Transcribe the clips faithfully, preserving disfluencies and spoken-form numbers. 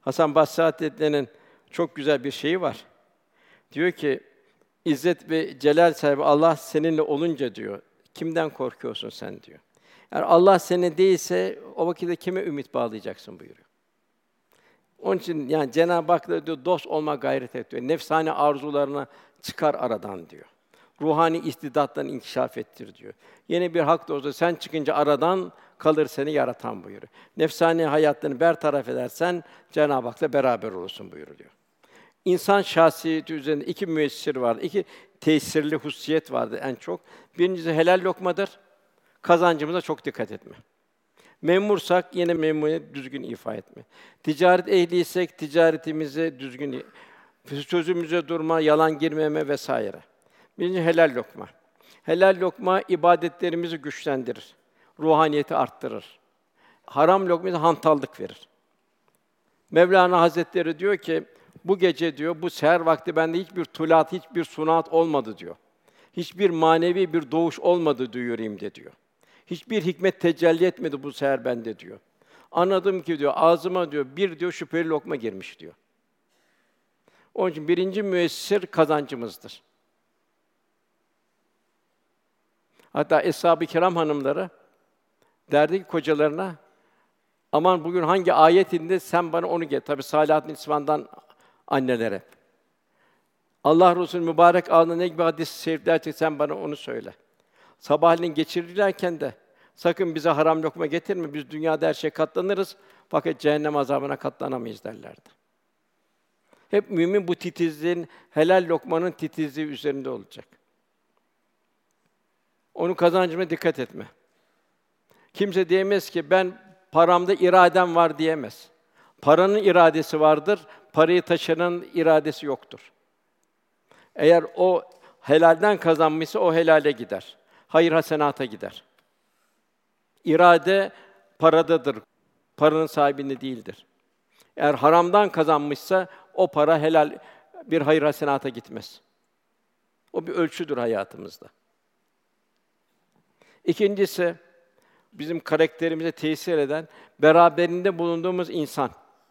Hasan Basri Hazretleri'nin çok güzel bir şeyi var. Diyor ki, İzzet ve celal sahibi Allah seninle olunca diyor, kimden korkuyorsun sen diyor. Yani Allah seninle değilse o vakitte kime ümit bağlayacaksın buyuruyor. Onun için yani Cenab-ı Hak'la diyor dost olma gayret et diyor. Nefsani arzularına çıkar aradan diyor. Ruhani istidatlarını inkişaf ettir diyor. Yeni bir hak dostu sen çıkınca aradan kalır seni yaratan buyuruyor. Nefsani hayatlarını bertaraf edersen Cenab-ı Hak'la beraber olursun buyuruyor. İnsan şahsiyeti üzerinde iki müessir vardı. İki tesirli hususiyet vardı en çok. Birincisi helal lokmadır. Kazancımıza çok dikkat etme. Memursak yine memuriyet düzgün ifa etme. Ticaret ehliysek ticaretimizi düzgün, sözümüze durma, yalan girmeme vesaire. Birinci helal lokma. Helal lokma ibadetlerimizi güçlendirir. Ruhaniyeti arttırır. Haram lokma hantallık verir. Mevlana Hazretleri diyor ki bu gece diyor bu seher vakti bende hiçbir tulat, hiçbir sunat olmadı diyor. Hiçbir manevi bir doğuş olmadı duyurayım de diyor. Hiçbir hikmet tecelli etmedi bu seher bende diyor. Anladım ki diyor ağzıma diyor bir diyor şüpheli lokma girmiş diyor. Onun için birinci müessir kazancımızdır. Hatta Eshab-ı Kiram hanımları derdi ki kocalarına aman bugün hangi ayet indi sen bana onu get. Tabii Salihat-ı Nisvan'dan annelere. Allah Resulü mübarek ağzında ne gibi hadis-i şerifler çıktı sen bana onu söyle. Sabahleyin geçirirlerken de sakın bize haram lokma getirme. Biz dünyada her şeye katlanırız fakat cehennem azabına katlanamayız derlerdi. Hep mümin bu titizliğin, helal lokmanın titizliği üzerinde olacak. Onun kazancına dikkat etme. Kimse diyemez ki ben paramda iradem var diyemez. Paranın iradesi vardır, parayı taşıranın iradesi yoktur. Eğer o helalden kazanmışsa o helale gider. Hayır hasenata gider. İrade paradadır. Paranın sahibinde değildir. Eğer haramdan kazanmışsa o para helal bir hayır hasenata gitmez. O bir ölçüdür hayatımızda. İkincisi bizim karakterimize tesir eden beraberinde bulunduğumuz insan.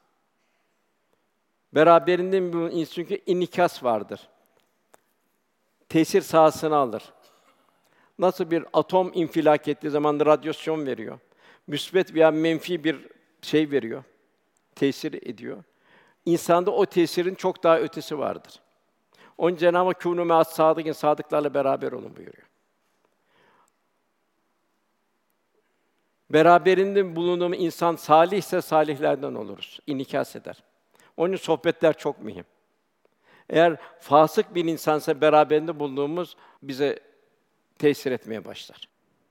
Beraberinde bulunan insan çünkü inikas vardır. Tesir sahasını alır. Nasıl bir atom infilak ettiği zaman radyasyon veriyor. Müsbet veya menfi bir şey veriyor. Tesir ediyor. İnsanda o tesirin çok daha ötesi vardır. Onun Cenab-ı Hak kûnû me'as sâdıkîn sadıklarla beraber olun buyuruyor. Beraberinde bulunduğum insan salihse salihlerden oluruz. İnikas eder. Onun için sohbetler çok mühim. Eğer fasık bir insansa beraberinde bulunduğumuz bize tesir etmeye başlar.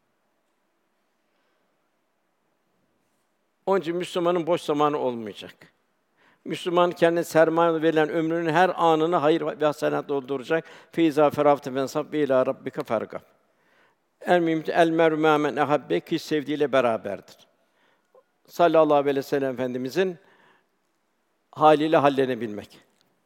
Onun için Müslümanın boş zamanı olmayacak. Müslüman kendine sermaye verilen ömrünün her anını hayır ve hasenat dolduracak. Feiza ferafte fensab ve ila rabbike fargab. El mümin el meru men ehabbe ki sevdiğiyle beraberdir. Sallallahu aleyhi ve sellem Efendimizin haliyle hallenebilmek.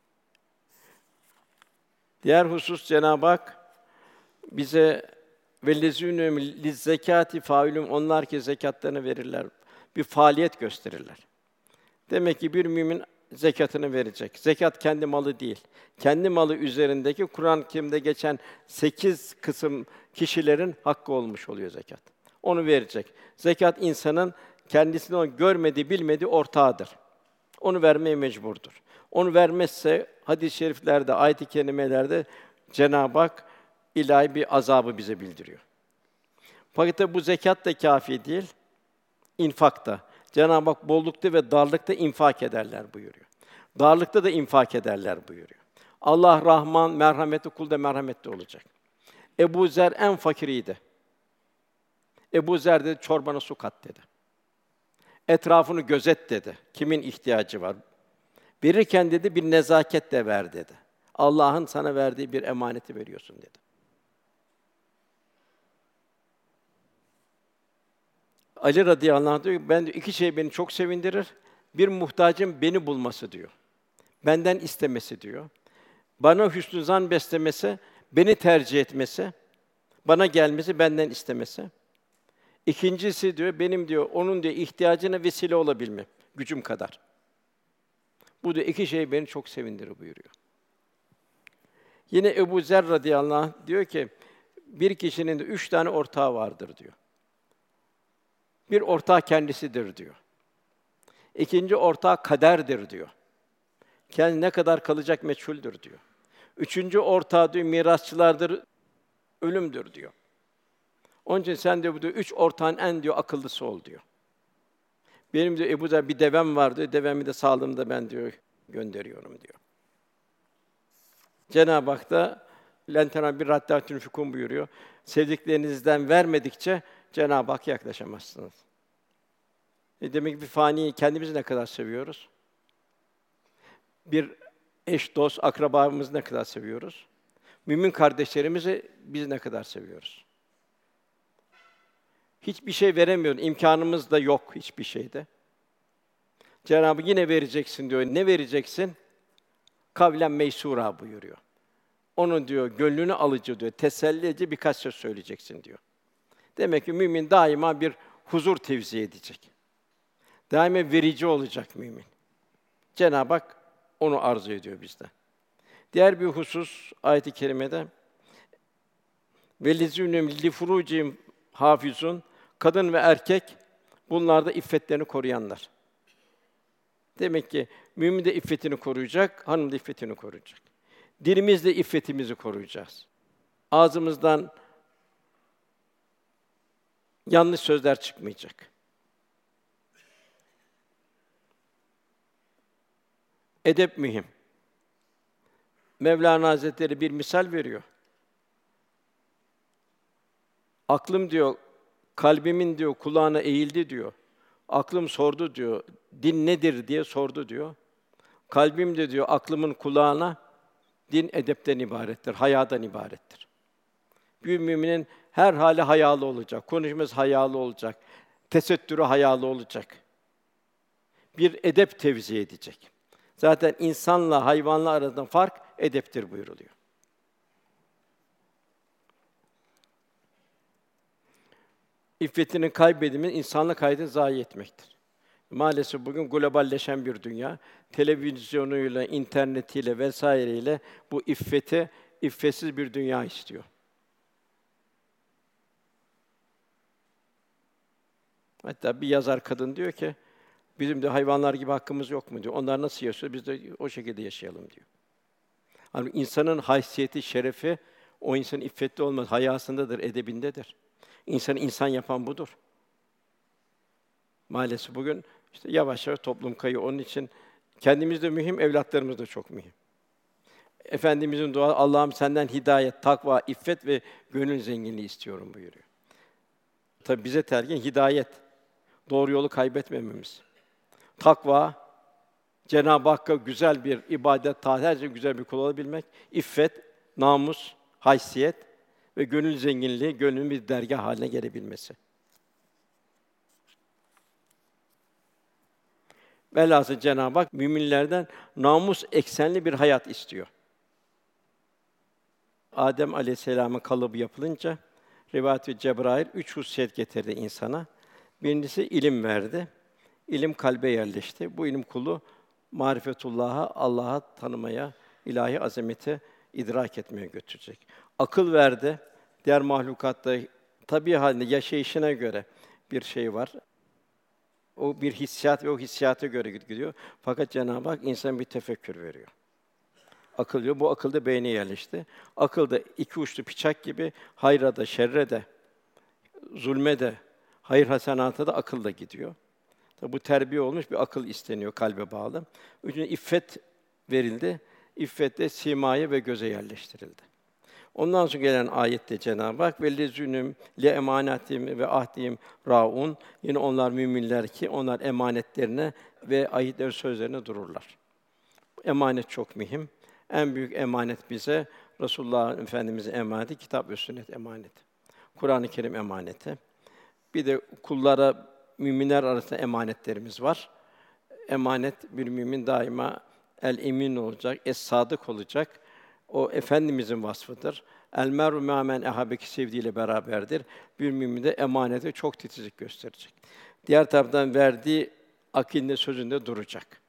Diğer husus Cenab-ı Hak bize vellezînû lizzekâti fâilûn onlar ki zekatlarını verirler. Bir faaliyet gösterirler. Demek ki bir mümin zekatını verecek. Zekat kendi malı değil. Kendi malı üzerindeki Kur'an-ı Kerim'de geçen sekiz kısım kişilerin hakkı olmuş oluyor zekat. Onu verecek. Zekat insanın kendisini o görmediği, bilmediği ortağıdır. Onu vermeye mecburdur. Onu vermezse hadis-i şeriflerde, ayet-i kerimelerde Cenab-ı Hak ilahi bir azabı bize bildiriyor. Fakat tabi bu zekat da kâfi değil, infak da. Cenab-ı Hak bollukta ve darlıkta infak ederler buyuruyor. Darlıkta da infak ederler buyuruyor. Allah Rahman, merhametli, kul da merhametli olacak. Ebu Zer en fakiriydi. Ebu Zer dedi, çorbana su kat dedi. Etrafını gözet dedi. Kimin ihtiyacı var? Verirken dedi, bir nezaketle ver dedi. Allah'ın sana verdiği bir emaneti veriyorsun dedi. Ali radıyallahu anh diyor, ben diyor, iki şey beni çok sevindirir. Bir muhtacın beni bulması diyor. Benden istemesi diyor. Bana hüsnü zan beslemesi, beni tercih etmesi, bana gelmesi, benden istemesi. İkincisi diyor, benim diyor, onun diyor ihtiyacına vesile olabilmem, gücüm kadar. Bu da iki şey beni çok sevindirir buyuruyor. Yine Ebu Zer radıyallahu anh diyor ki, bir kişinin de üç tane ortağı vardır diyor. Bir ortağı kendisidir diyor. İkinci ortağı kaderdir diyor. Kendi ne kadar kalacak meçhuldür diyor. Üçüncü ortağı diyor mirasçılardır, ölümdür diyor. Onun için sen de bu diyor, üç ortağın en diyor akıllısı ol diyor. Benim diyor Ebu Zer bir devem var diyor, devemi de sağlığımda ben diyor gönderiyorum diyor. Cenab-ı Hak da "Len tenâlu birra hattâ tunfikû" buyuruyor. Sevdiklerinizden vermedikçe Cenab-ı Hak'a yaklaşamazsınız. E demek ki bir faniyi kendimizi ne kadar seviyoruz? Bir eş, dost, akrabamızı ne kadar seviyoruz? Mümin kardeşlerimizi biz ne kadar seviyoruz? Hiçbir şey veremiyoruz, imkânımız da yok hiçbir şeyde. Cenab-ı Hak yine vereceksin diyor. Ne vereceksin? Kavlen meysûrâ buyuruyor. Onun diyor gönlünü alıcı diyor, teselli edici birkaç söz söyleyeceksin diyor. Demek ki mümin daima bir huzur tevzi edecek. Daima verici olacak mümin. Cenab-ı Hak onu arzu ediyor bizden. Diğer bir husus ayet-i kerimede "Velizûnüm li furûcihim hâfizun" kadın ve erkek bunlarda iffetlerini koruyanlar. Demek ki mümin de iffetini koruyacak, hanım da iffetini koruyacak. Dilimizle iffetimizi koruyacağız. Ağzımızdan yanlış sözler çıkmayacak. Edep mühim. Mevlana Hazretleri bir misal veriyor. Aklım diyor, kalbimin diyor kulağına eğildi diyor. Aklım sordu diyor, din nedir diye sordu diyor. Kalbim de diyor aklımın kulağına din edepten ibarettir, hayadan ibarettir. Bir müminin her hali hayalı olacak, konuşması hayalı olacak, tesettürü hayalı olacak. Bir edep tevzi edecek. Zaten insanla hayvanla arasında fark edeptir buyuruluyor. İffetini kaybedimi insanlık hayatını zayi etmektir. Maalesef bugün globalleşen bir dünya, televizyonuyla, internetiyle vesaireyle bu iffeti, iffetsiz bir dünya istiyor. Hatta bir yazar kadın diyor ki, bizim de hayvanlar gibi hakkımız yok mu diyor. Onlar nasıl yaşıyor, biz de o şekilde yaşayalım diyor. Yani insanın haysiyeti, şerefi, o insanın iffetli olması hayasındadır, edebindedir. İnsanı insan yapan budur. Maalesef bugün işte yavaş yavaş toplum kayıyor. Onun için kendimiz de mühim, evlatlarımız da çok mühim. Efendimizin dua, Allah'ım senden hidayet, takva, iffet ve gönül zenginliği istiyorum buyuruyor. Tabii bize telkin hidayet, doğru yolu kaybetmememiz. Takva, Cenab-ı Hakk'a güzel bir ibadet, taat, her şey güzel bir kul olabilmek. İffet, namus, haysiyet ve gönül zenginliği, gönlün bir dergâh haline gelebilmesi. Velhâsıl Cenab-ı Hak müminlerden namus eksenli bir hayat istiyor. Adem Aleyhisselam'ın kalıbı yapılınca rivâyet-i Cebrail üç hususiyet getirdi insana. Birincisi ilim verdi. İlim kalbe yerleşti. Bu ilim kulu marifetullah'a, Allah'a tanımaya, ilahi azameti idrak etmeye götürecek. Akıl verdi. Diğer mahlukatta tabii halinde yaşayışına göre bir şey var. O bir hissiyat ve o hissiyata göre gidiyor. Fakat Cenab-ı Hak insana bir tefekkür veriyor. Akıl diyor, bu akıl da beyne yerleşti. Akıl da iki uçlu bıçak gibi hayra da, şerre de, zulme de, hayır hasenata da akılla gidiyor. Tabi bu terbiye olmuş bir akıl isteniyor, kalbe bağlı. Üçüncü iffet verildi. İffet de simaya ve göze yerleştirildi. Ondan sonra gelen ayette Cenab-ı Hak vellezünüm li emanetim ve ahdihim raun, yine onlar müminler ki onlar emanetlerine ve ahitleri sözlerine dururlar. Emanet çok mühim. En büyük emanet bize Resulullah Efendimiz'in emaneti, kitap ve sünnet emaneti. Kur'an-ı Kerim emaneti. Bir de kullara, müminler arasında emanetlerimiz var. Emanet bir mümin daima el emin olacak, es sadık olacak. O Efendimizin vasfıdır. El meru mâ men ehabeki sevdiğiyle beraberdir. Bir mümin de emanete çok titizlik gösterecek. Diğer taraftan verdiği akinde sözünde duracak.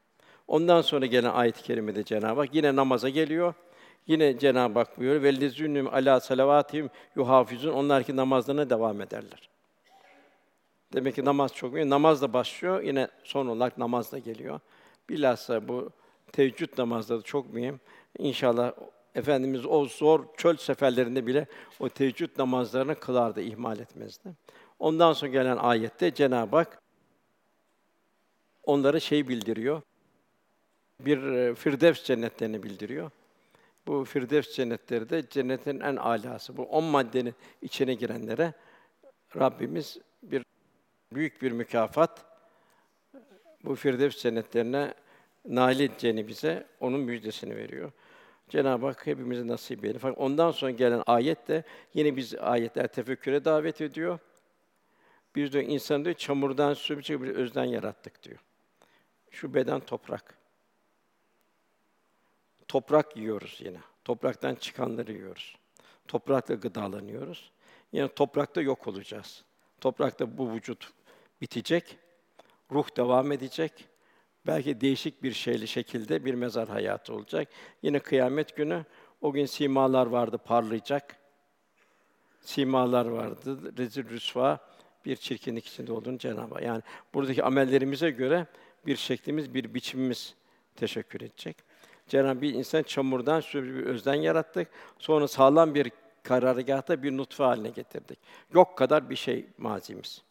Ondan sonra gelen ayet-i kerimede Cenab-ı Hak yine namaza geliyor. Yine Cenab-ı Hak buyuruyor: "Vellezînhum alâ salavatihim yuhâfizûn." Onlar ki namazlarına devam ederler. Demek ki namaz çok mühim. Namazla başlıyor, yine son olarak namazla geliyor. Bilhassa bu teheccüd namazları çok mühim. İnşallah Efendimiz o zor çöl seferlerinde bile o teheccüd namazlarını kılardı, ihmal etmezdi. Ondan sonra gelen ayette Cenab-ı Hak onlara şey bildiriyor, bir e, Firdevs cennetlerini bildiriyor. Bu Firdevs cennetleri de cennetin en âlâsı. Bu on maddenin içine girenlere Rabbimiz bir büyük bir mükafat, bu Firdevs cennetlerine nail edeceğini bize onun müjdesini veriyor. Cenab-ı Hak hepimize nasip eylesin. Fakat ondan sonra gelen ayet de yine biz ayetler tefekküre davet ediyor. Biz diyor insanı diyor çamurdan sümükçe bir özden yarattık diyor. Şu beden toprak. Toprak yiyoruz yine. Topraktan çıkanları yiyoruz. Toprakla gıdalanıyoruz. Yine toprakta yok olacağız. Toprakta bu vücut bitecek, ruh devam edecek. Belki değişik bir şeyli şekilde bir mezar hayatı olacak. Yine kıyamet günü o gün simalar vardı, parlayacak. Simalar vardı, rezil rüsva bir çirkinlik içinde olduğunu Cenab-ı Hak. Yani buradaki amellerimize göre bir şeklimiz, bir biçimimiz teşekkür edecek. Cenab-ı Hak bir insan çamurdan sürü bir özden yarattık. Sonra sağlam bir karargâhta bir nutfe haline getirdik. Yok kadar bir şey mazimiz.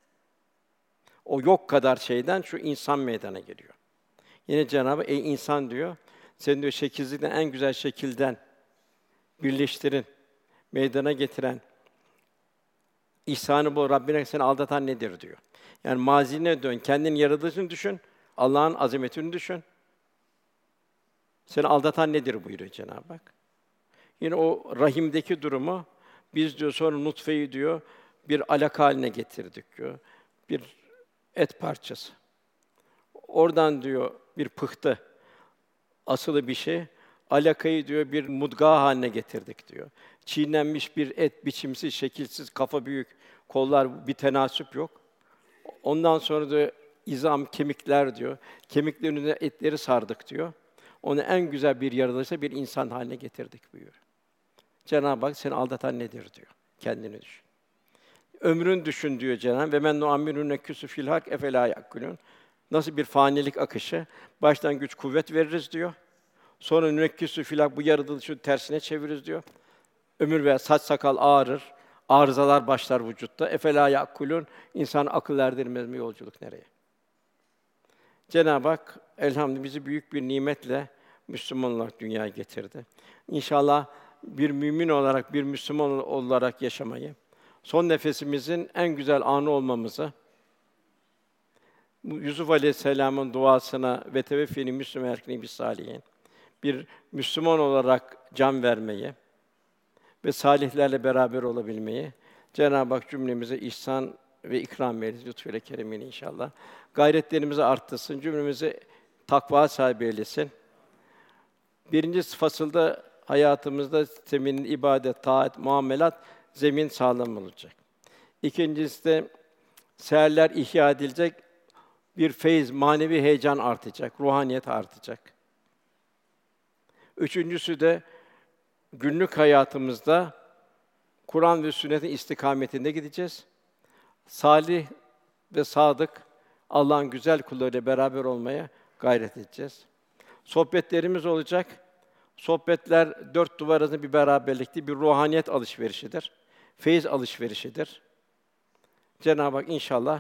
O yok kadar şeyden şu insan meydana geliyor. Yine Cenab-ı Hak, ey insan diyor, seni diyor şekilsizlikten en güzel şekilden birleştirin, meydana getiren, ihsanı bu Rabbine seni aldatan nedir diyor. Yani mazine dön, kendin yaratılışını düşün, Allah'ın azametini düşün. Seni aldatan nedir buyuruyor Cenab-ı Hak. Yine o rahimdeki durumu biz diyor sonra nutfeyi diyor bir alaka haline getirdik diyor. Bir et parçası. Oradan diyor bir pıhtı, asılı bir şey. Alakayı diyor bir mudga haline getirdik diyor. Çiğnenmiş bir et, biçimsiz, şekilsiz, kafa büyük, kollar bir tenasüp yok. Ondan sonra diyor izam, kemikler diyor. Kemiklerin üzerine etleri sardık diyor. Onu en güzel bir yaratılışla bir insan haline getirdik buyuruyor. Cenab-ı Hak seni aldatan nedir diyor. Kendini düşün. Ömrün düşün diyor Cenab-ı Hak. Ve men nuammirun neküsü fil hak efela yakulun. Nasıl bir fanilik akışı. Baştan güç kuvvet veririz diyor. Sonra nünekküsü fil hak bu yaratılışı tersine çeviririz diyor. Ömür veya saç sakal ağarır. Arızalar başlar vücutta. Efela yakulun. İnsan akıl erdirmez mi yolculuk nereye? Cenab-ı Hak elhamdülillah bizi büyük bir nimetle Müslüman olarak dünyaya getirdi. İnşallah bir mümin olarak, bir Müslüman olarak yaşamayı, son nefesimizin en güzel anı olmamızı, Yusuf Aleyhisselam'ın duasına ve teveffini Müslüman erkini bis salihin, bir Müslüman olarak can vermeyi ve salihlerle beraber olabilmeyi Cenab-ı Hak cümlemize ihsan ve ikram eylesin lütfuyla keremiyle inşallah. Gayretlerimizi arttırsın, cümlemizi takva sahibi eylesin. Birinci fasılda hayatımızda zemin, ibadet, taat, muamelat zemin sağlam olacak. İkincisi de seherler ihya edilecek, bir feyz, manevi heyecan artacak, ruhaniyet artacak. Üçüncüsü de günlük hayatımızda Kur'an ve sünnetin istikametinde gideceğiz. Salih ve sadık Allah'ın güzel kullarıyla beraber olmaya gayret edeceğiz. Sohbetlerimiz olacak. Sohbetler dört duvar arasında bir beraberlikte bir ruhaniyet alışverişidir. Feyiz alışverişidir. Cenab-ı Hak inşallah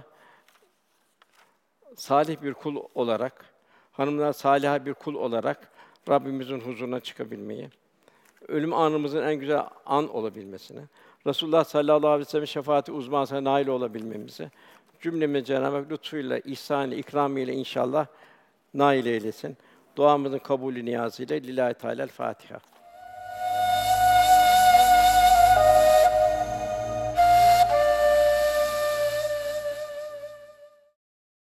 salih bir kul olarak, hanımlar saliha bir kul olarak Rabbimizin huzuruna çıkabilmeyi, ölüm anımızın en güzel an olabilmesini, Resulullah sallallahu aleyhi ve sellem şefaati uzmanına nail olabilmemizi, cümlemize Cenab-ı Hak lütfuyla, ihsanıyla, ikramıyla inşallah nail eylesin. Duamızın kabulü niyazıyla Lillahi Teala'l Fatiha.